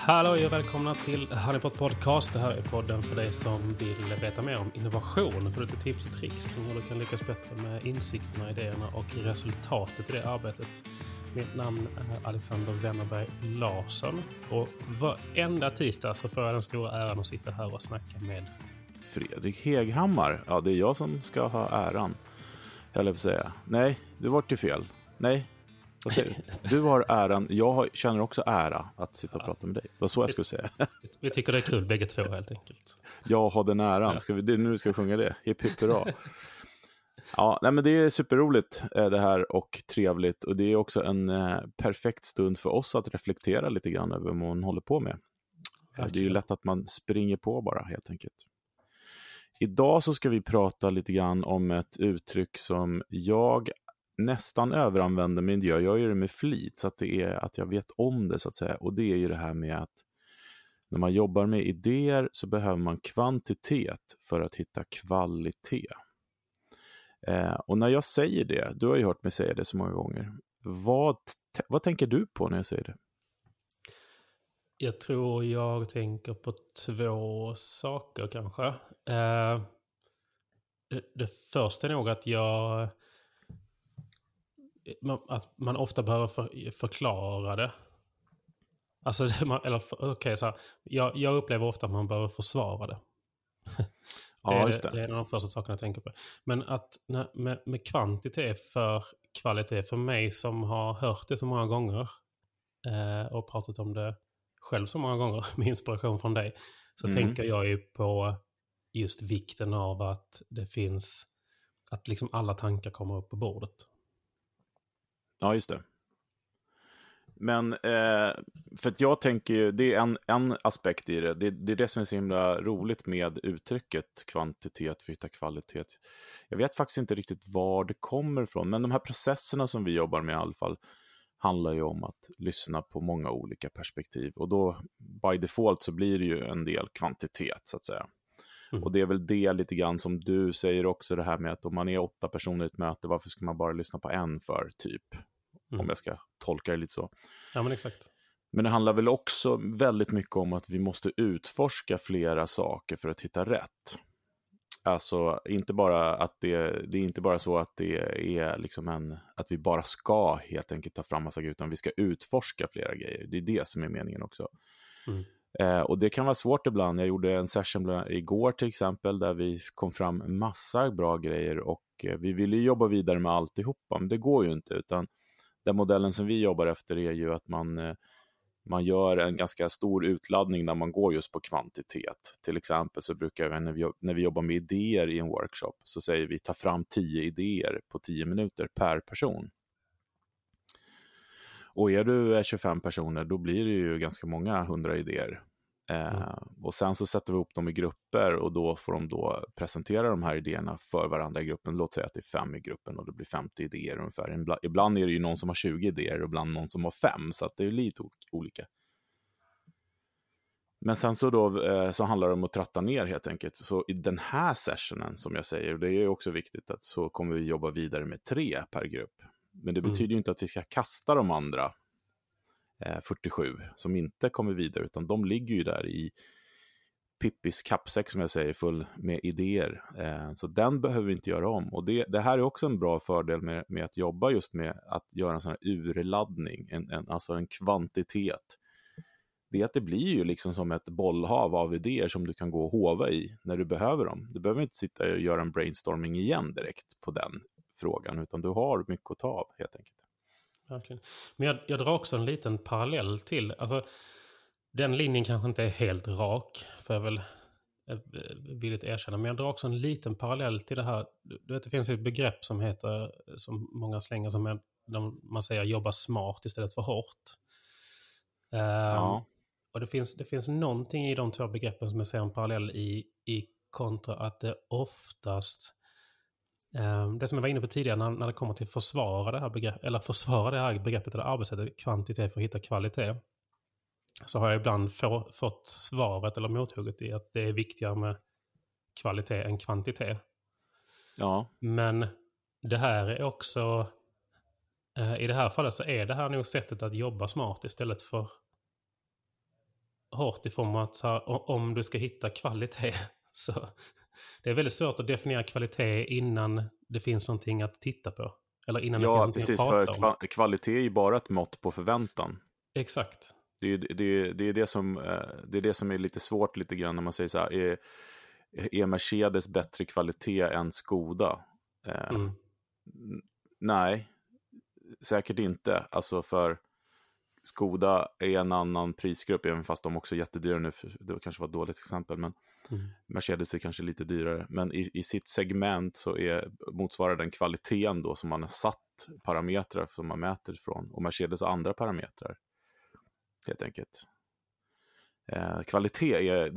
Hallå och välkomna till Honeypot Podcast. Det här är podden för dig som vill veta mer om innovation. För lite tips och tricks kring hur du kan lyckas bättre med insikterna, idéerna och resultatet i det arbetet. Mitt namn är Alexander Wennerberg Larsson. Och varenda tisdag så får jag den stora äran att sitta här och snacka med Fredrik Heghammar. Ja, det är jag som ska ha äran. Jag vill säga. Nej, det var till fel. Nej, vad säger du? Du har äran. Känner också ära att sitta och prata med dig. Det var så jag skulle säga. Vi tycker det är kul bägge två helt enkelt. Jag har den äran. Nu ska vi sjunga det. Hipp hipp hurra. Ja, nej, men det är superroligt det här och trevligt. Och det är också en perfekt stund för oss att reflektera lite grann över vad man håller på med. Verkligen. Det är ju lätt att man springer på bara helt enkelt. Idag så ska vi prata lite grann om ett uttryck som jag nästan överanvänder, men jag gör det med flit så att det är att jag vet om det så att säga. Och det är ju det här med att när man jobbar med idéer så behöver man kvantitet för att hitta kvalitet. Och när jag säger det, du har ju hört mig säga det så många gånger. Vad tänker du på när jag säger det? Jag tror jag tänker på två saker kanske. Det första är nog att man ofta behöver förklara det. Alltså, jag upplever ofta att man behöver försvara det. Det är en av de första sakerna jag tänker på. Men att med kvantitet för kvalitet, för mig som har hört det så många gånger och pratat om det själv så många gånger med inspiration från dig, så tänker jag ju på just vikten av att det finns, att liksom alla tankar kommer upp på bordet. Ja, just det. Men för att jag tänker ju, det är en aspekt i det. Det är det som är så himla roligt med uttrycket kvantitet för att hitta kvalitet. Jag vet faktiskt inte riktigt var det kommer ifrån, men de här processerna som vi jobbar med i alla fall handlar ju om att lyssna på många olika perspektiv. Och då by default så blir det ju en del kvantitet så att säga. Och det är väl det lite grann som du säger också, det här med att om man är 8 personer i ett möte, varför ska man bara lyssna på en för typ? Om jag ska tolka det lite så. Ja, men exakt. Men det handlar väl också väldigt mycket om att vi måste utforska flera saker för att hitta rätt. Alltså inte bara att det är inte bara så att det är liksom att vi bara ska helt enkelt ta fram massa grejer, utan vi ska utforska flera grejer. Det är det som är meningen också. Och det kan vara svårt ibland. Jag gjorde en session igår till exempel där vi kom fram massa bra grejer och vi ville jobba vidare med alltihopa, men det går ju inte, utan den modellen som vi jobbar efter är ju att man gör en ganska stor utladdning när man går just på kvantitet. Till exempel så brukar vi när vi jobbar med idéer i en workshop så säger vi ta fram 10 idéer på 10 minuter per person. Och är du 25 personer då blir det ju ganska många 100 idéer. Och sen så sätter vi upp dem i grupper och då får de då presentera de här idéerna för varandra i gruppen. Låt säga att det är 5 i gruppen och det blir 50 idéer ungefär. Ibland är det ju någon som har 20 idéer och ibland någon som har 5, så att det är lite olika. Men sen så då så handlar det om att tratta ner helt enkelt. Så i den här sessionen som jag säger, och det är ju också viktigt, att så kommer vi jobba vidare med 3 per grupp. Men det betyder ju inte att vi ska kasta de andra 47 som inte kommer vidare, utan de ligger ju där i Pippis kappsäck som jag säger, full med idéer. Så den behöver vi inte göra om. Och det här är också en bra fördel med att jobba just med att göra en sån här urladdning, alltså en kvantitet. Det är att det blir ju liksom som ett bollhav av idéer som du kan gå och hova i när du behöver dem. Du behöver inte sitta och göra en brainstorming igen direkt på den frågan, utan du har mycket att ta av helt enkelt. Verkligen. Men jag drar också en liten parallell till, alltså den linjen kanske inte är helt rak, för jag väl villigt erkänna, men jag drar också en liten parallell till det här. Du vet, det finns ett begrepp som heter, som många slänger, som är, man säger jobba smart istället för hårt. Och det finns någonting i de två begreppen som jag ser en parallell i kontra att det oftast det som jag var inne på tidigare när det kommer till försvara det här begreppet eller arbetssättet kvantitet för att hitta kvalitet, så har jag ibland fått svaret eller mothugget i att det är viktigare med kvalitet än kvantitet. Ja. Men det här är också i det här fallet så är det här nog sättet att jobba smart istället för hårt i form av att så här, om du ska hitta kvalitet så det är väldigt svårt att definiera kvalitet innan det finns någonting att titta på. Eller innan det finns någonting precis, att prata om. för kvalitet är ju bara ett mått på förväntan. Exakt. Det är det som är lite svårt lite grann när man säger så här, är Mercedes bättre kvalitet än Skoda? Nej, säkert inte. Alltså för Skoda är en annan prisgrupp, även fast de också är jättedyra nu. Det kanske var ett dåligt exempel, men Mercedes är kanske lite dyrare. Men i sitt segment så motsvarar den kvaliteten då som man har satt parametrar som man mäter ifrån. Och Mercedes har andra parametrar, helt enkelt. Kvalitet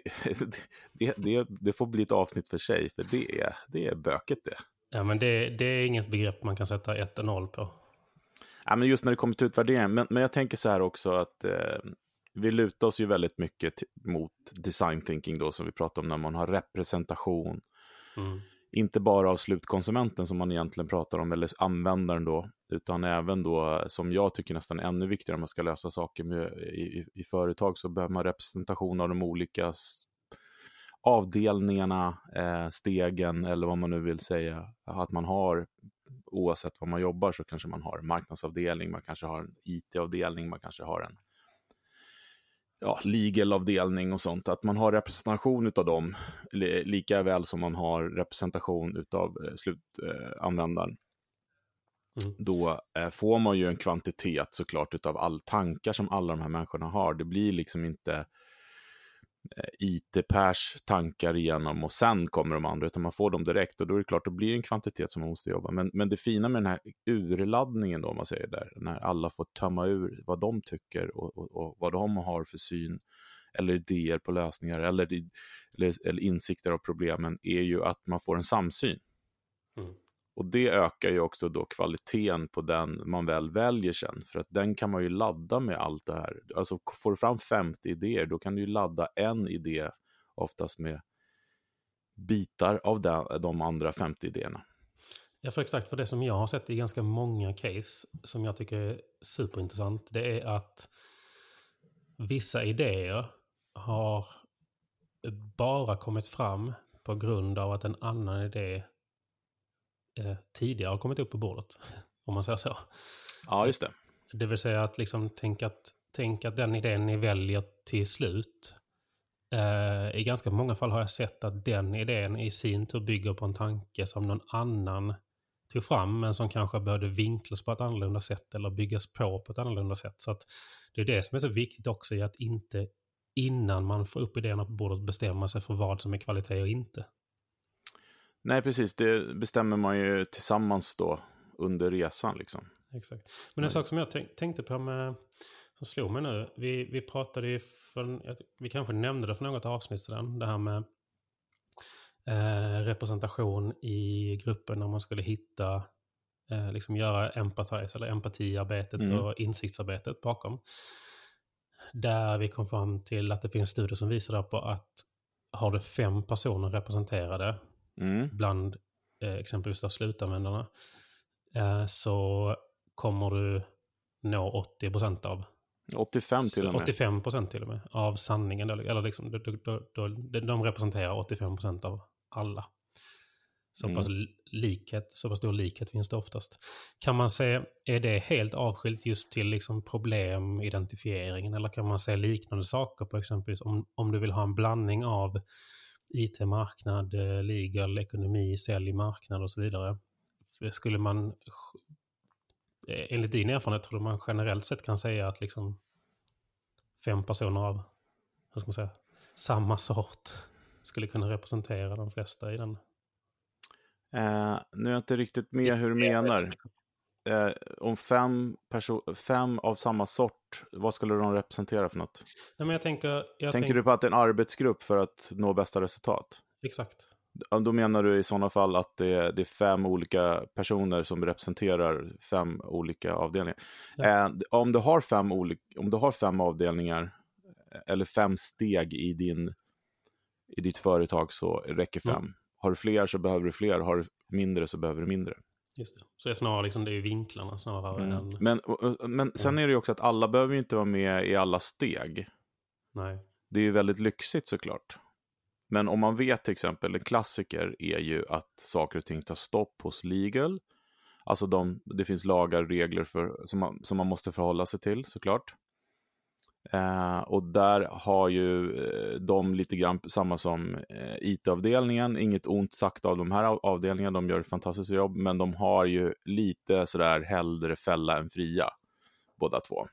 det får bli ett avsnitt för sig, för det är böket det. Ja, men det är inget begrepp man kan sätta 1 och 0 på. Ja, men just när det kommer till utvärdering. Men jag tänker så här också att vi lutar oss ju väldigt mycket mot design thinking då, som vi pratar om när man har representation. Inte bara av slutkonsumenten som man egentligen pratar om, eller användaren då, utan även då, som jag tycker nästan ännu viktigare om man ska lösa saker i företag, så behöver man representation av de olika avdelningarna, stegen, eller vad man nu vill säga, att man har, oavsett vad man jobbar, så kanske man har en marknadsavdelning, man kanske har en IT-avdelning, man kanske har en legal-avdelning och sånt, att man har representation utav dem lika väl som man har representation utav slutanvändaren. Då får man ju en kvantitet såklart utav all tankar som alla de här människorna har. Det blir liksom inte IT-pers tankar igenom och sen kommer de andra, utan man får dem direkt, och då är det klart, då blir det en kvantitet som man måste jobba. Men det fina med den här urladdningen då, man säger där, när alla får tömma ur vad de tycker och vad de har för syn eller idéer på lösningar eller insikter av problemen, är ju att man får en samsyn. Och det ökar ju också då kvaliteten på den man väl väljer sen. För att den kan man ju ladda med allt det här. Alltså får du fram 50 idéer, då kan du ju ladda en idé oftast med bitar av de andra 50 idéerna. Ja, för exakt, för det som jag har sett i ganska många case som jag tycker är superintressant, det är att vissa idéer har bara kommit fram på grund av att en annan idé tidigare har kommit upp på bordet, om man säger så. Ja, just det. Det vill säga att liksom tänk att den idén ni väljer till slut, i ganska många fall har jag sett att den idén i sin tur bygger på en tanke som någon annan tog fram, men som kanske behövde vinklas på ett annorlunda sätt eller byggas på ett annorlunda sätt. Så att det är det som är så viktigt också, i att inte innan man får upp idéerna på bordet bestämma sig för vad som är kvalitet och inte. Nej, precis. Det bestämmer man ju tillsammans då under resan liksom. Exakt. Men en sak som jag tänkte på som slog mig nu. Vi pratade ju vi kanske nämnde det för något avsnitt sedan. Det här med representation i gruppen när man skulle hitta, liksom göra empatiarbetet och insiktsarbetet bakom. Där vi kom fram till att det finns studier som visar på att har du 5 personer representerade bland exempelvis där slutanvändarna, så kommer du nå 80% av 85 till och med. 85% till och med av sanningen, eller liksom de representerar 85% av alla. Så pass stor likhet finns det oftast. Kan man se, är det helt avskilt just till liksom problemidentifieringen, eller kan man se liknande saker på exempelvis om du vill ha en blandning av IT-marknad, legal, ekonomi, sälj, marknad och så vidare? Skulle man, enligt din erfarenhet, tror du man generellt sett kan säga att liksom 5 personer av, hur ska man säga, samma skulle kunna representera de flesta i den? Nu är jag inte riktigt med hur du menar. Om 5 av samma sort, vad skulle de representera för något? Nej, men jag tänker du på att det är en arbetsgrupp för att nå bästa resultat? Exakt. Då menar du i sådana fall att det är 5 olika personer som representerar 5 olika avdelningar. Ja. Om du har 5 avdelningar eller 5 steg i ditt företag, så räcker 5. Har du fler så behöver du fler. Har du mindre så behöver du mindre. Just det. Så det är snarare liksom, det är vinklarna snarare än... Men sen är det ju också att alla behöver ju inte vara med i alla steg. Nej. Det är ju väldigt lyxigt såklart. Men om man vet till exempel, en klassiker är ju att saker och ting tar stopp hos legal. Alltså det finns lagar och regler som man måste förhålla sig till såklart. Och där har ju de lite grann samma som IT-avdelningen. Inget ont sagt av de här avdelningarna, de gör ett fantastiskt jobb. Men de har ju lite sådär hellre fälla än fria, båda två.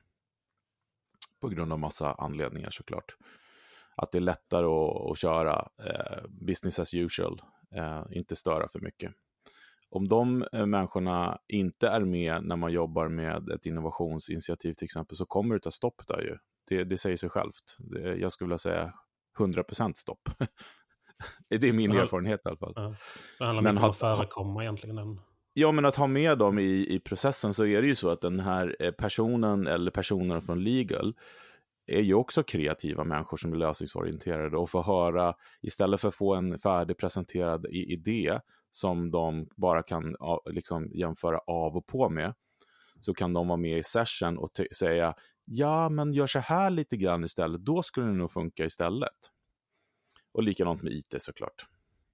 På grund av massa anledningar såklart. Att det är lättare att köra business as usual, inte störa för mycket. Om de människorna inte är med när man jobbar med ett innovationsinitiativ till exempel, så kommer det ta stopp där ju. Det säger sig självt. Jag skulle vilja säga 100% stopp. Det är min erfarenhet i alla fall. Ja. Det handlar mycket om att förekomma egentligen. Ja, men att ha med dem i processen, så är det ju så att den här personen eller personerna från legal är ju också kreativa människor som är lösningsorienterade, och får höra, istället för att få en färdigpresenterad idé som de bara kan liksom jämföra av och på med, så kan de vara med i session och säga, ja men gör så här lite grann istället, då skulle det nog funka istället. Och likadant med IT såklart.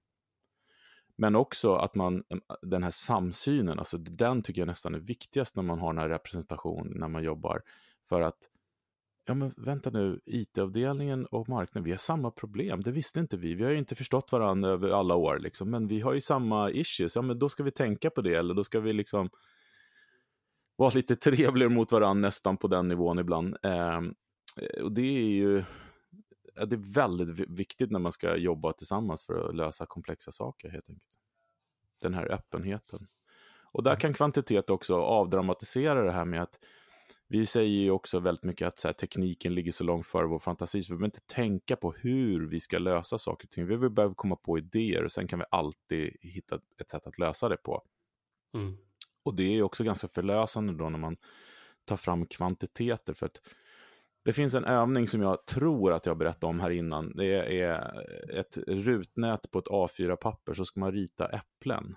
Men också att den här samsynen, alltså den tycker jag nästan är viktigast när man har den här representation när man jobbar. För att, ja men vänta nu, IT-avdelningen och marknaden, vi har samma problem, det visste inte vi har ju inte förstått varandra över alla år liksom, men vi har ju samma issues, ja men då ska vi tänka på det, eller då ska vi liksom vara lite trevligare mot varandra nästan på den nivån ibland. Och det är ju det är väldigt viktigt när man ska jobba tillsammans för att lösa komplexa saker helt enkelt. Den här öppenheten. Och där kan kvantitet också avdramatisera det här med att vi säger ju också väldigt mycket att så här, tekniken ligger så långt före vår fantasi, så vi behöver inte tänka på hur vi ska lösa saker och ting. Vi behöver komma på idéer, och sen kan vi alltid hitta ett sätt att lösa det på. Mm. Och det är ju också ganska förlösande då när man tar fram kvantiteter, för att det finns en övning som jag tror att jag berättade om här innan. Det är ett rutnät på ett A4-papper, så ska man rita äpplen.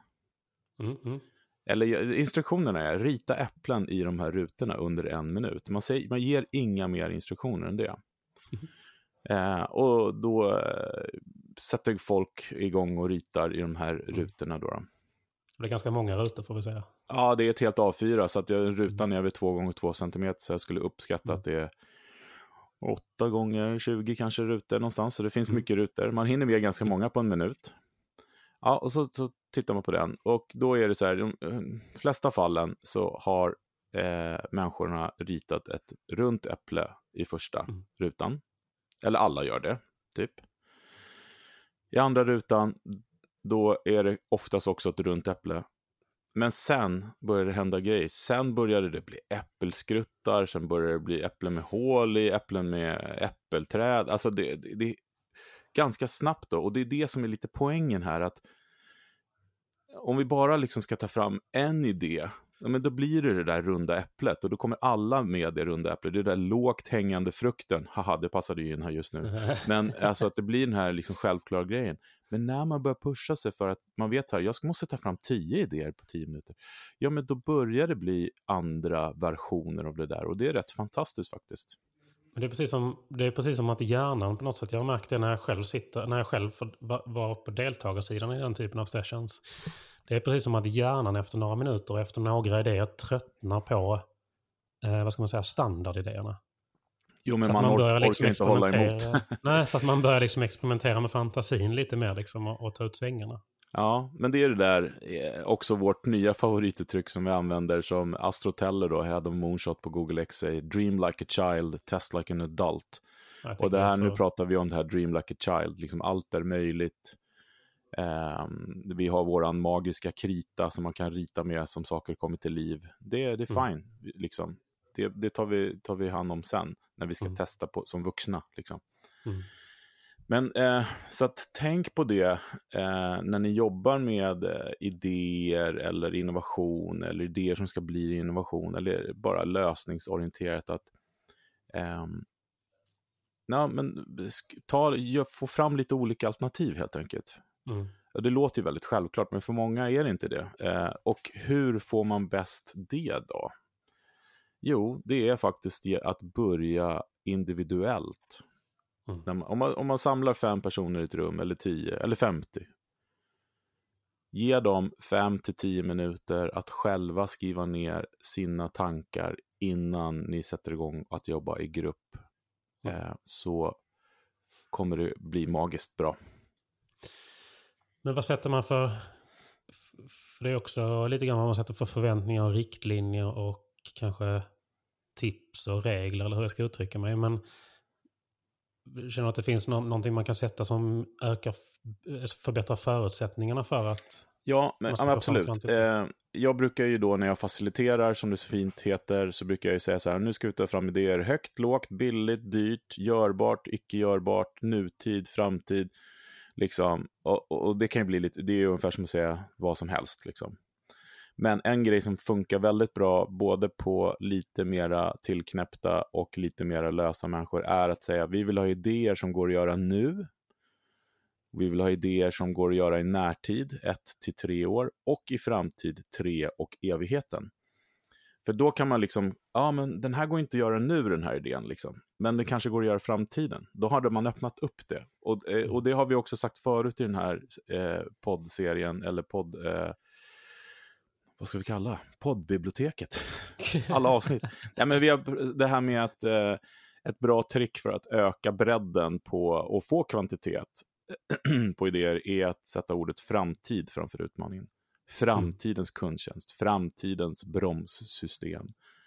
Eller instruktionerna är, rita äpplen i de här rutorna under 1 minut. Man ger inga mer instruktioner än det. Och då sätter folk igång och ritar i de här rutorna då. Det är ganska många rutor får vi säga. Ja, det är ett helt A4, så att rutan är över 2x2 centimeter, så jag skulle uppskatta att det är 8x20 kanske rutor någonstans, så det finns mycket rutor. Man hinner med ganska många på 1 minut. Ja, och så tittar man på den, och då är det så här, de flesta fallen så har människorna ritat ett runt äpple i första rutan. Eller alla gör det, typ. I andra rutan, då är det oftast också ett runt äpple. Men sen börjar det hända grejer. Sen började det bli äppelskruttar. Sen började det bli äpplen med hål i, äpplen med äppelträd. Alltså det är ganska snabbt då. Och det är det som är lite poängen här. Att om vi bara liksom ska ta fram en idé, ja, men då blir det där runda äpplet. Och då kommer alla med det runda äpplet. Det där lågt hängande frukten. Haha, det passade ju in här just nu. Men alltså att det blir den här liksom självklara grejen. Men när man börjar pusha sig för att man vet så här, jag måste ta fram 10 idéer på 10 minuter. Ja, men då börjar det bli andra versioner av det där. Och det är rätt fantastiskt faktiskt. Men det är precis som att hjärnan på något sätt, jag har märkt det när jag själv var på deltagarsidan i den typen av sessions. Det är precis som att hjärnan efter några minuter och efter några idéer tröttnar på vad ska man säga, standardidéerna. Jo, men man orkar liksom inte hålla emot. Nej, så att man börjar liksom experimentera med fantasin lite mer liksom, och ta ut svängarna. Ja, men det är det där också vårt nya favorituttryck som vi använder, som Astro Teller då, Head of Moonshot på Google X, säger Dream like a child, test like an adult. Och det här, nu pratar vi om det här Dream like a child, liksom allt är möjligt. Vi har våran magiska krita som man kan rita med som saker kommer till liv. Det är fine, liksom. Det tar vi hand om sen när vi ska testa på som vuxna liksom. Men så att tänk på det när ni jobbar med idéer eller innovation, eller idéer som ska bli innovation, eller bara lösningsorienterat, att få fram lite olika alternativ helt enkelt. Det låter ju väldigt självklart, men för många är det inte det. Och hur får man bäst det då? Jo, det är faktiskt att börja individuellt. Om man samlar 5 personer i ett rum, eller 10, eller 50. Ge dem 5-10 minuter att själva skriva ner sina tankar innan ni sätter igång att jobba i grupp. Så kommer det bli magiskt bra. Men vad sätter man för det är också lite grann vad man sätter för förväntningar och riktlinjer och kanske tips och regler, eller hur jag ska uttrycka mig. Men känner att det finns någonting man kan sätta som förbättrar förutsättningarna för att... Ja, men absolut. Jag brukar ju då när jag faciliterar, som det så fint heter, så brukar jag ju säga så här: nu ska vi ta fram idéer högt, lågt, billigt, dyrt, görbart, icke görbart, nutid, framtid. Liksom. Och det kan ju bli lite, det är ju ungefär som att säga vad som helst. Liksom. Men en grej som funkar väldigt bra både på lite mera tillknäppta och lite mera lösa människor är att säga: vi vill ha idéer som går att göra nu. Vi vill ha idéer som går att göra i närtid, 1-3 år, och i framtid 3 och evigheten. För då kan man liksom, men den här går inte att göra nu, den här idén liksom. Men det kanske går att göra i framtiden. Då hade man öppnat upp det. Och det har vi också sagt förut i den här poddserien, eller vad ska vi kalla? Poddbiblioteket. Alla avsnitt. Ja, men vi har det här med att ett bra trick för att öka bredden på och få kvantitet på idéer är att sätta ordet framtid framför utmaningen. Framtidens kundtjänst, framtidens bromssystem.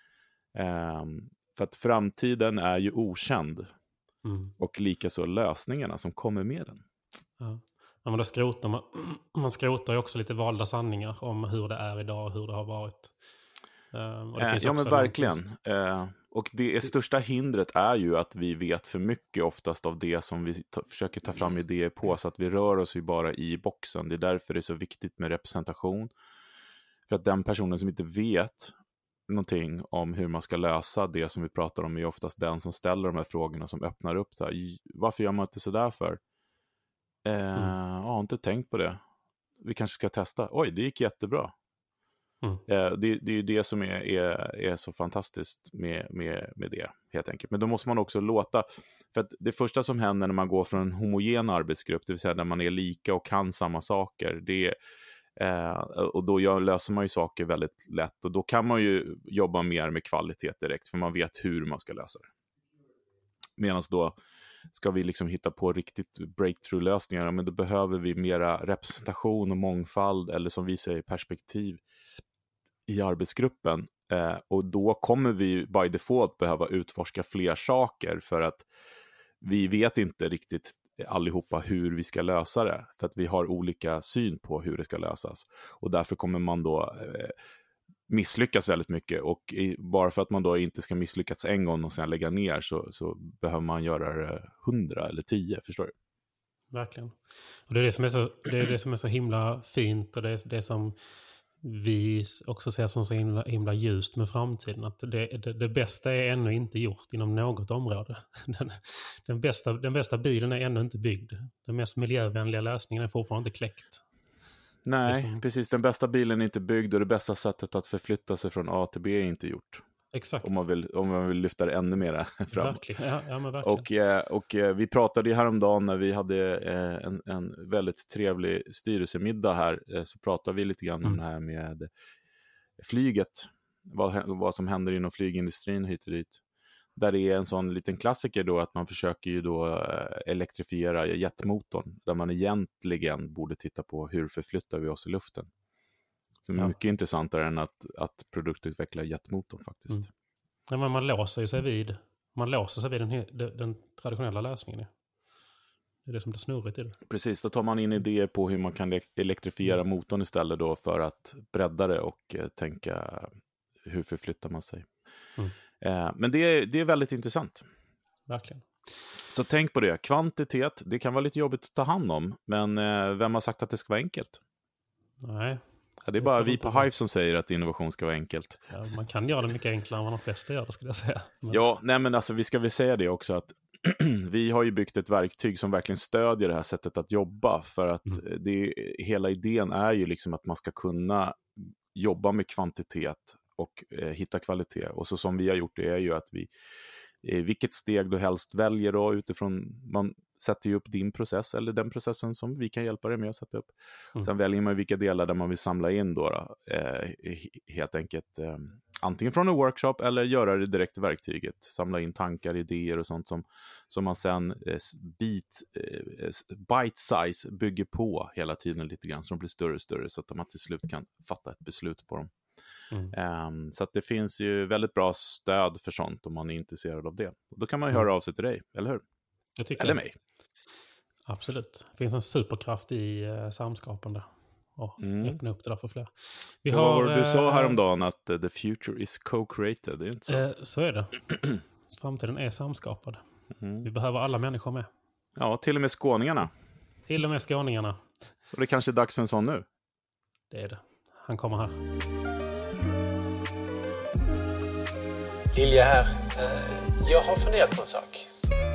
För att framtiden är ju okänd. Och likaså lösningarna som kommer med den. Ja, men då skrotar man skrotar ju också lite valda sanningar om hur det är idag och hur det har varit. Och det finns men verkligen. Och det största hindret är ju att vi vet för mycket oftast av det som vi försöker ta fram idéer på, så att vi rör oss ju bara i boxen. Det är därför det är så viktigt med representation. För att den personen som inte vet någonting om hur man ska lösa det som vi pratar om är oftast den som ställer de här frågorna, som öppnar upp så här: varför gör man inte så där för? Jag har inte tänkt på det. Vi kanske ska testa. Oj, det gick jättebra. Det är ju det som är så fantastiskt med det, helt enkelt. Men då måste man också låta, för att det första som händer när man går från en homogen arbetsgrupp, det vill säga där man är lika och kan samma saker, och då löser man ju saker väldigt lätt, och då kan man ju jobba mer med kvalitet direkt, för man vet hur man ska lösa det. Medan då ska vi liksom hitta på riktigt breakthrough-lösningar, men då behöver vi mera representation och mångfald, eller som vi säger, perspektiv i arbetsgruppen. Och då kommer vi by default behöva utforska fler saker, för att vi vet inte riktigt allihopa hur vi ska lösa det, för att vi har olika syn på hur det ska lösas. Och därför kommer man då misslyckas väldigt mycket, och bara för att man då inte ska misslyckas en gång och sen lägga ner, så behöver man göra det 100 eller 10, förstår du? Verkligen. Och det är det som är så himla fint, och det är det som vi också ser som så himla ljust med framtiden, att det bästa är ännu inte gjort inom något område. Den bästa bilen är ännu inte byggd. Den mest miljövänliga lösningen är fortfarande inte kläckt. Nej, precis. Den bästa bilen är inte byggd, och det bästa sättet att förflytta sig från A till B är inte gjort. Exakt. Om man vill lyfta det ännu mer framåt. Verkligen. Ja, men verkligen. Och vi pratade ju häromdagen när vi hade en väldigt trevlig styrelsemiddag här, så pratade vi lite grann om det här med flyget. Vad som händer inom flygindustrin hit och dit. Där det är en sån liten klassiker då, att man försöker ju då elektrifiera jetmotorn, där man egentligen borde titta på hur förflyttar vi oss i luften. Som är mycket intressantare än att produktutveckla jetmotorn faktiskt. Ja, men man låser sig vid den traditionella lösningen. Det är det som blir snurrigt i det. Precis, då tar man in idéer på hur man kan elektrifiera motorn istället då, för att bredda det och tänka hur förflyttar man sig. Men det är väldigt intressant. Verkligen. Så tänk på det. Kvantitet, det kan vara lite jobbigt att ta hand om, men vem har sagt att det ska vara enkelt? Nej. Ja, det är bara vi på Hive som säger att innovation ska vara enkelt. Ja, man kan göra det mycket enklare än vad de flesta gör, skulle jag säga. Ja, nej, men alltså vi ska väl säga det också, att vi har ju byggt ett verktyg som verkligen stödjer det här sättet att jobba, för att hela idén är ju liksom att man ska kunna jobba med kvantitet och hitta kvalitet. Och så som vi har gjort det är ju att vi vilket steg du helst väljer då utifrån, man sätter ju upp din process eller den processen som vi kan hjälpa dig med att sätta upp. Sen väljer man vilka delar där man vill samla in då helt enkelt antingen från en workshop eller göra det direkt i verktyget, samla in tankar, idéer och sånt som man sen bite size bygger på hela tiden lite grann så de blir större och större så att man till slut kan fatta ett beslut på dem. Så att det finns ju väldigt bra stöd för sånt om man är intresserad av det. Då kan man ju höra av sig till dig, eller hur? Jag tycker eller mig. Absolut. Det finns en superkraft i samskapande. Och öppna upp det där för fler. Du sa häromdagen att the future is co-created, är det inte så? Så är det. Framtiden är samskapad. Vi behöver alla människor med. Ja, till och med skåningarna. Till och med skåningarna. Och det kanske är dags för en sån nu. Det är det. Han kommer här. Lilja här. Jag har funderat på en sak.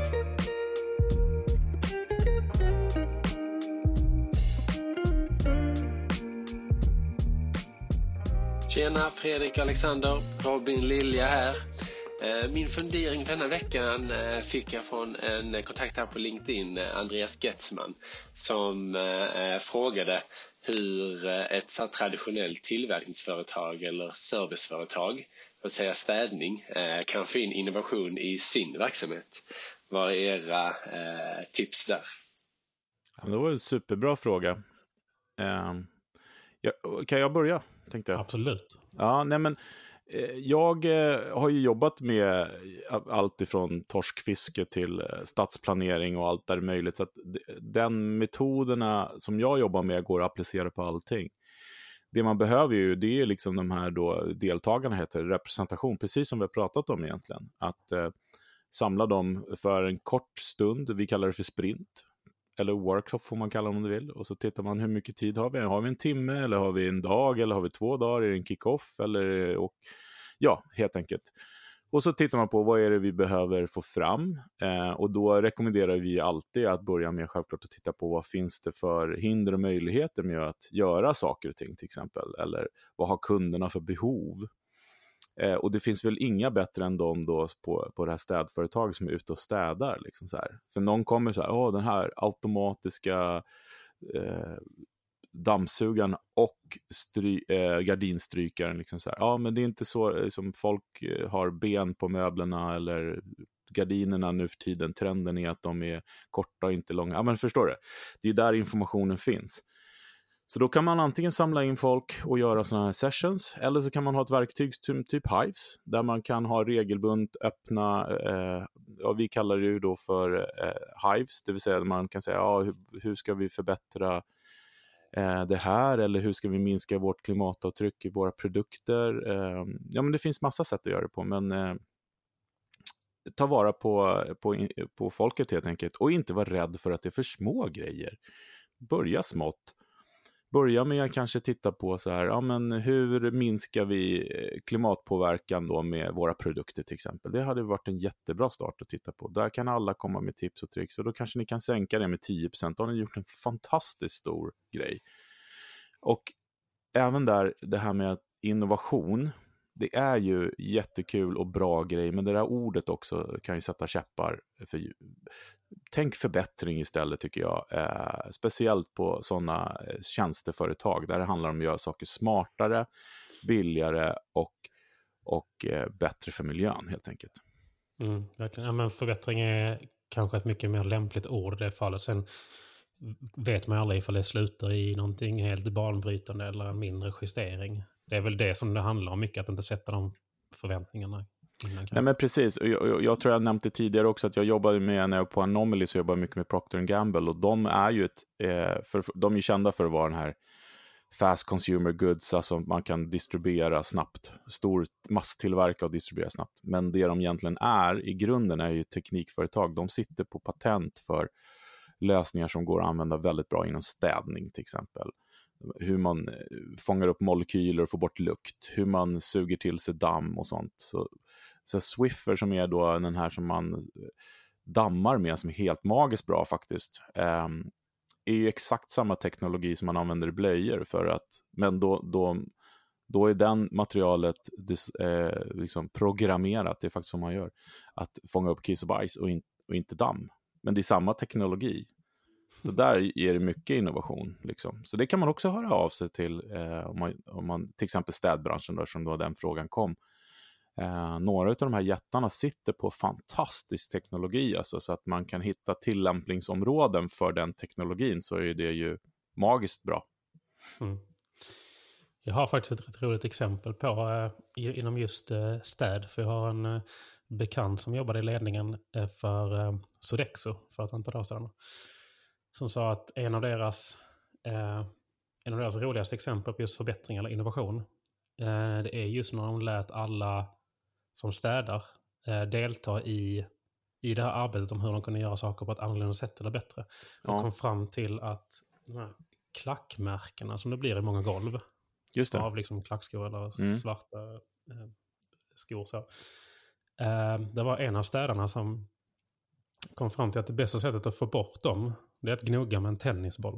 Tjena, Fredrik Alexander, Robin Lilja här. Min fundering denna veckan fick jag från en kontakt här på LinkedIn, Andreas Getzman, som frågade hur ett så traditionellt tillverkningsföretag eller serviceföretag, att säga städning, kan få in innovation i sin verksamhet. Vad är era tips där? Ja, det var en superbra fråga. Kan jag börja? Tänkte jag. Absolut. Ja, nej men jag har ju jobbat med allt ifrån torskfiske till stadsplanering och allt där möjligt. Så att den metoderna som jag jobbar med går att applicera på allting. Det man behöver ju, det är liksom de här då deltagarna heter representation, precis som vi har pratat om egentligen. Att samla dem för en kort stund, vi kallar det för sprint. Eller workshop får man kalla om du vill. Och så tittar man hur mycket tid har vi. Har vi en timme eller har vi en dag eller har vi 2 dagar? Är det en kick-off? Ja, helt enkelt. Och så tittar man på vad är det vi behöver få fram. Och då rekommenderar vi alltid att börja med självklart att titta på vad finns det för hinder och möjligheter med att göra saker och ting till exempel. Eller vad har kunderna för behov? Och det finns väl inga bättre än de då på det här städföretaget som är ute och städar. Liksom så här. För någon kommer så här, den här automatiska dammsugaren och gardinstrykaren. Liksom så här. Men det är inte så som folk har ben på möblerna eller gardinerna nu för tiden. Trenden är att de är korta och inte långa. Men förstår du? Det är där informationen finns. Så då kan man antingen samla in folk och göra sådana här sessions, eller så kan man ha ett verktyg typ Hives, där man kan ha regelbundet öppna, vi kallar det ju då för Hives, det vill säga att man kan säga hur ska vi förbättra det här, eller hur ska vi minska vårt klimatavtryck i våra produkter. Men det finns massa sätt att göra det på, men ta vara på folket helt enkelt, och inte vara rädd för att det är för små grejer. Börja smått. Börja med att kanske titta på så här, men hur minskar vi klimatpåverkan då med våra produkter till exempel. Det hade varit en jättebra start att titta på. Där kan alla komma med tips och tricks, och då kanske ni kan sänka det med 10%. Då har ni gjort en fantastiskt stor grej. Och även där, det här med innovation, det är ju jättekul och bra grej, men det där ordet också kan ju sätta käppar för. Tänk förbättring istället tycker jag, speciellt på sådana tjänsteföretag där det handlar om att göra saker smartare, billigare och bättre för miljön helt enkelt. Verkligen. Ja, men förbättring är kanske ett mycket mer lämpligt ord i det fallet. Sen vet man aldrig ifall det slutar i någonting helt banbrytande eller en mindre justering. Det är väl det som det handlar om mycket, att inte sätta de förväntningarna. Nej, men precis, och jag tror jag nämnde tidigare också att jag jobbade med, när jag var på Anomaly så jobbade jag mycket med Procter & Gamble, och de är ju de är kända för att vara den här fast consumer goods, alltså man kan distribuera snabbt, stor masstillverka och distribuera snabbt, men det de egentligen är i grunden är ju teknikföretag. De sitter på patent för lösningar som går att använda väldigt bra inom städning till exempel. Hur man fångar upp molekyler och får bort lukt, hur man suger till sig damm och sånt. Så Swiffer, som är då den här som man dammar med, som är helt magiskt bra faktiskt, är ju exakt samma teknologi som man använder i blöjor, men då då är den materialet liksom programmerat, det är faktiskt vad man gör, att fånga upp kiss och bajs och inte damm. Men det är samma teknologi. Så där är det mycket innovation. Liksom. Så det kan man också höra av sig till om man till exempel städbranschen då, som då den frågan kom. Några av de här jättarna sitter på fantastisk teknologi, alltså, så att man kan hitta tillämpningsområden för den teknologin, så är det ju magiskt bra. Mm. Jag har faktiskt ett rätt roligt exempel på inom just städ, för jag har en bekant som jobbade i ledningen för Sodexo för ett antal år sedan, som sa att en av deras roligaste exempel på just förbättring eller innovation, det är just när de lät alla som städar delta i det här arbetet om hur de kunde göra saker på ett annorlunda sätt eller bättre. De kom fram till att de här klackmärkena som det blir i många golv, just det, av liksom klackskor eller svarta skor så. Det var en av städarna som kom fram till att det bästa sättet att få bort dem, det är att gnugga med en tennisboll.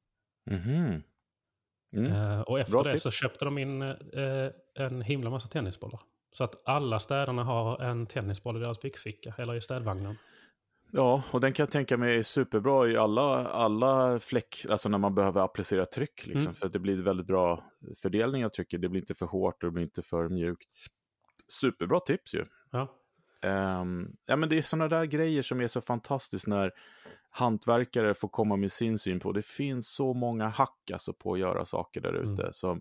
Och efter det så köpte de in en himla massa tennisbollar. Så att alla städarna har en tennisboll i deras byxficka eller i städvagnen. Ja, och den kan jag tänka mig är superbra i alla fläck, alltså när man behöver applicera tryck liksom, för att det blir väldigt bra fördelning av trycket. Det blir inte för hårt och det blir inte för mjukt. Superbra tips ju. Ja. Ja, men det är sådana där grejer som är så fantastiskt när hantverkare får komma med sin syn på. Det finns så många hack alltså, på att göra saker där ute som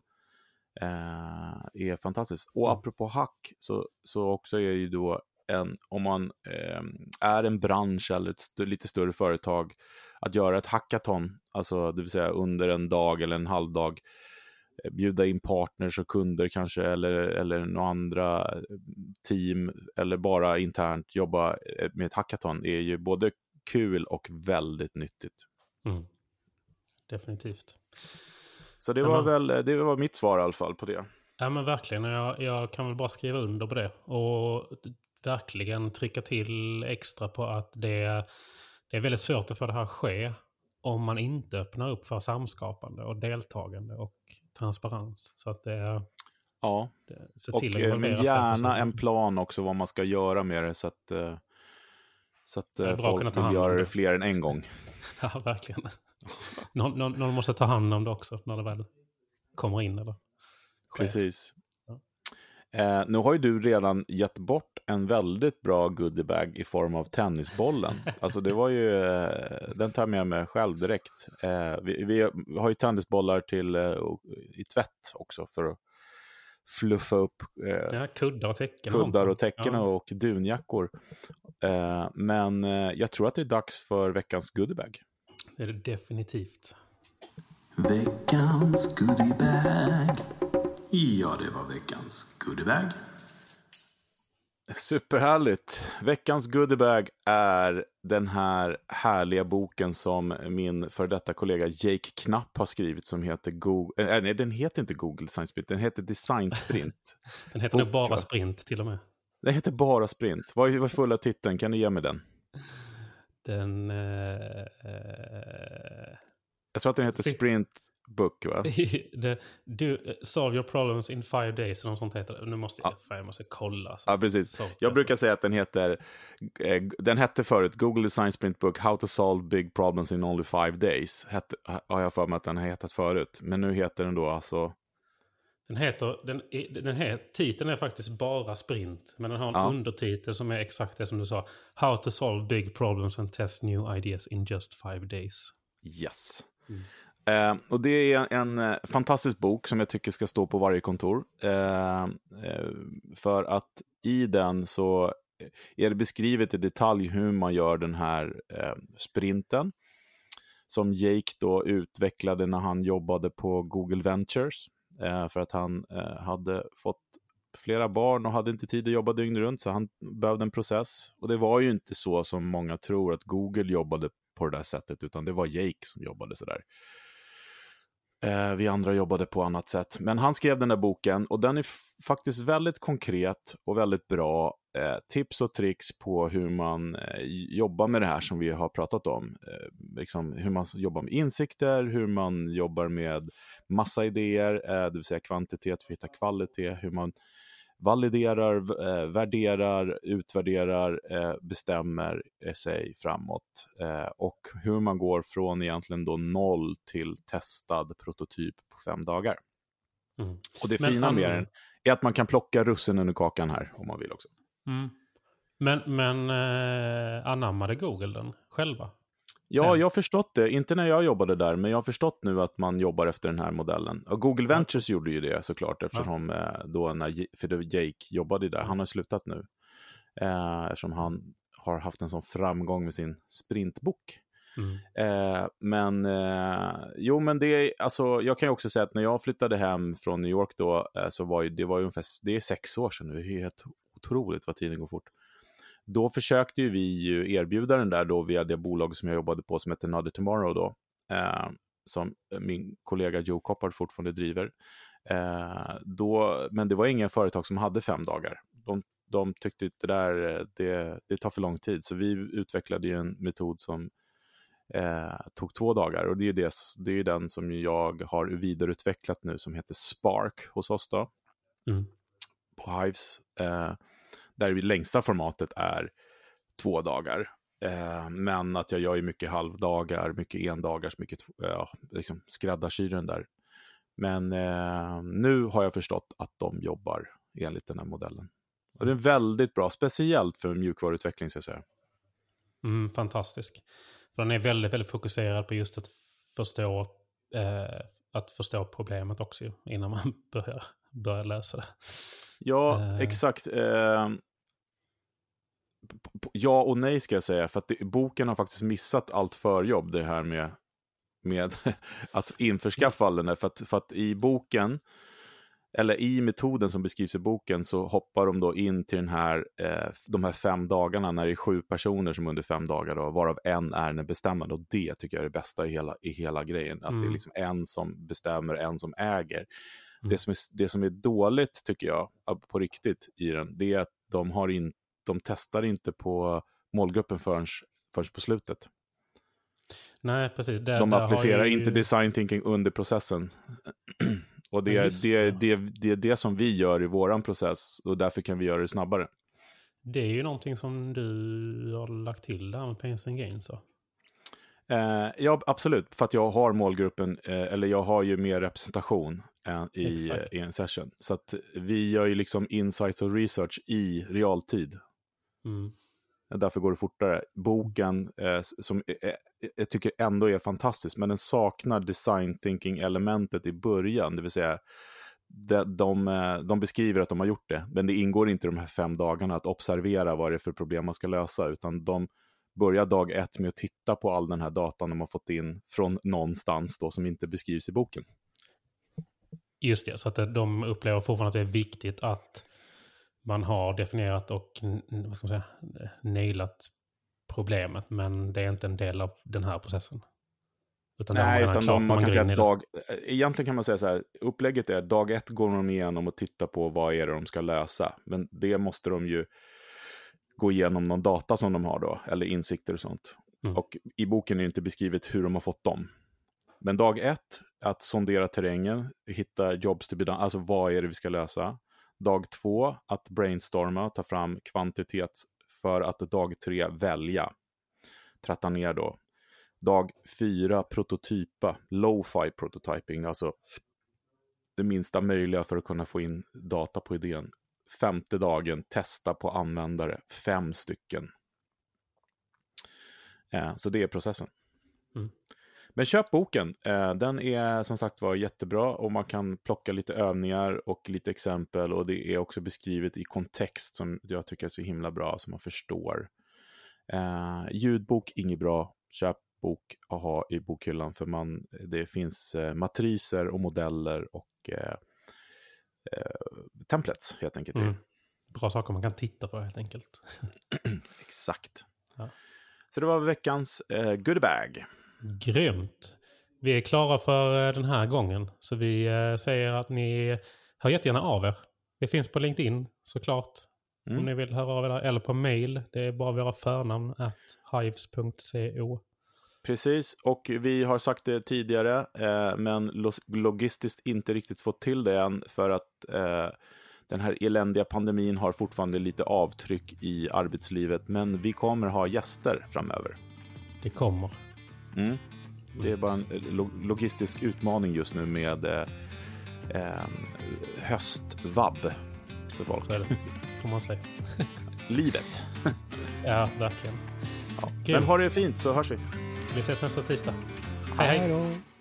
är fantastiskt. Och apropå hack så också är ju då om man är en bransch eller ett lite större företag, att göra ett hackathon, alltså det vill säga under en dag eller en halvdag bjuda in partners och kunder kanske eller några andra team eller bara internt jobba med ett hackathon är ju både kul och väldigt nyttigt. Definitivt. Så det var mitt svar i alla fall på det. Ja, men verkligen. Jag kan väl bara skriva under på det och verkligen trycka till extra på att det är väldigt svårt att få det här ske om man inte öppnar upp för samskapande och deltagande och transparens. Så att det men gärna en plan också vad man ska göra med det så att folk vill göra det fler än en gång. Ja, verkligen. Någon måste ta hand om det också när det väl kommer in. Eller? Precis. Nu har ju du redan gett bort en väldigt bra goodiebag i form av tennisbollen. Alltså det var ju, den tar jag med mig själv direkt. Vi har ju tennisbollar i tvätt också för att fluffa upp kuddar och täcken. Och dunjackor. Men jag tror att det är dags för veckans goodiebag. Det är det definitivt. Veckans goodiebag. Ja, det var veckans goodiebag. Superhärligt. Veckans goodiebag är den här härliga boken som min för detta kollega Jake Knapp har skrivit som heter nej, den heter inte Google Design Sprint, den heter Design Sprint. Den heter nog bara Sprint till och med. Den heter bara Sprint. Vad är fulla titeln? Kan ni ge mig den? Jag tror att den heter Sprint Book, va? Solve your problems in 5 days eller något sånt heter det. Nu måste jag måste kolla. Ja, precis. Jag brukar säga att den hette förut Google Design Sprint Book, How to Solve Big Problems in Only 5 Days. Har jag för mig att den har hetat förut. Men nu heter den då alltså... Titeln är faktiskt bara Sprint. Men den har en undertitel som är exakt det som du sa. How to Solve Big Problems and Test New Ideas in Just 5 Days. Yes. Och det är en fantastisk bok som jag tycker ska stå på varje kontor. För att i den så är det beskrivet i detalj hur man gör den här sprinten. Som Jake då utvecklade när han jobbade på Google Ventures. För att han hade fått flera barn och hade inte tid att jobba dygn runt, så han behövde en process. Och det var ju inte så som många tror att Google jobbade på det där sättet, utan det var Jake som jobbade sådär. Vi andra jobbade på annat sätt. Men han skrev den där boken och den är faktiskt väldigt konkret och väldigt bra tips och tricks på hur man jobbar med det här som vi har pratat om. Liksom hur man jobbar med insikter, hur man jobbar med massa idéer, det vill säga kvantitet för att hitta kvalitet, hur man validerar, värderar, utvärderar, bestämmer sig framåt och hur man går från egentligen då 0 till testad prototyp på 5 dagar. Och det fina med den är att man kan plocka russinen ur kakan här om man vill också. Men anammade Google den själva? Ja, jag har förstått det. Inte när jag jobbade där, men jag har förstått nu att man jobbar efter den här modellen. Och Google Ventures gjorde ju det såklart, eftersom då när Jake jobbade där. Han har slutat nu. Eftersom han har haft en sån framgång med sin sprintbok. Men det är, alltså, jag kan ju också säga att när jag flyttade hem från New York då, så var det var ungefär, det är 6 år sedan nu. Det är helt otroligt vad tiden går fort. Då försökte ju vi ju erbjuda den där då via det bolag som jag jobbade på som heter Another Tomorrow då. Som min kollega Joe Coppard fortfarande driver. Men det var ingen företag som hade 5 dagar. De tyckte att det tar för lång tid. Så vi utvecklade ju en metod som tog 2 dagar. Och det är den som jag har vidareutvecklat nu som heter Spark hos oss då. På Hives. Där det längsta formatet är 2 dagar. Men att jag gör ju mycket halvdagar, mycket endagars, mycket liksom skräddarsyr den där. Men nu har jag förstått att de jobbar enligt den här modellen. Och det är väldigt bra, speciellt för mjukvaruutveckling ska jag säga. Fantastisk. För den är väldigt, väldigt fokuserad på just att förstå problemet också innan man börjar lösa det. Ja, exakt. Ja och nej ska jag säga. För att boken har faktiskt missat allt förjobb. Det här med att införskaffa all den där. För att i boken, eller i metoden som beskrivs i boken, så hoppar de då in till de här 5 dagarna när det är 7 personer som under 5 dagar då, varav en är den bestämmande. Och det tycker jag är det bästa i hela grejen. Att det är liksom en som bestämmer, en som äger. Det som är dåligt tycker jag på riktigt i den, det är att de testar inte på målgruppen förrän på slutet. Nej, precis. De applicerar inte design thinking under processen. Och det är det som vi gör i våran process, och därför kan vi göra det snabbare. Det är ju någonting som du har lagt till där med Pains and Gains så. Ja, absolut. För att jag har målgruppen, eller jag har ju mer representation i en session. Så att vi gör ju liksom insights och research i realtid. Därför går det fortare. Boken som jag tycker ändå är fantastisk, men den saknar design thinking elementet i början. Det vill säga de beskriver att de har gjort det, men det ingår inte i de här 5 dagarna att observera vad det är för problem man ska lösa, utan de börjar dag 1 med att titta på all den här datan de har fått in från någonstans då som inte beskrivs i boken. Just det, så att de upplever fortfarande att det är viktigt att man har definierat och nailat problemet, men det är inte en del av den här processen. Egentligen kan man säga så här, upplägget är dag 1 går de igenom och tittar på vad är det de ska lösa, men det måste de ju gå igenom någon data som de har då, eller insikter och sånt. Och i boken är det inte beskrivet hur de har fått dem. Men dag 1, att sondera terrängen, hitta jobs to be done, alltså vad är det vi ska lösa. Dag 2, att brainstorma, ta fram kvantitet för att dag 3 välja. Tratta ner då. Dag 4, prototypa, lo-fi prototyping, alltså det minsta möjliga för att kunna få in data på idén. 5:e dagen, testa på användare, 5 stycken. Så det är processen. Men köp boken. Den är som sagt var jättebra, och man kan plocka lite övningar och lite exempel, och det är också beskrivet i kontext som jag tycker är så himla bra, som man förstår. Ljudbok, inget bra. Köp bok att ha i bokhyllan, för det finns matriser och modeller och templates helt enkelt. Bra saker man kan titta på helt enkelt. Exakt. Ja. Så det var veckans goodiebag. Grymt. Vi är klara för den här gången. Så vi säger att ni hör jättegärna av er. Vi finns på LinkedIn såklart. Om ni vill höra av er, eller på mail. Det är bara våra förnamn @hives.co. Precis, och vi har sagt det tidigare, men logistiskt inte riktigt fått till det än, för att den här eländiga pandemin har fortfarande lite avtryck i arbetslivet, men vi kommer ha gäster framöver. Det kommer. Det är bara en logistisk utmaning just nu med höstvabb för folk. Så är det, får man säga. Livet. Ja, verkligen. Ja. Men ha det fint, så hörs vi. Vi ses nästa tisdag. Hej, hej.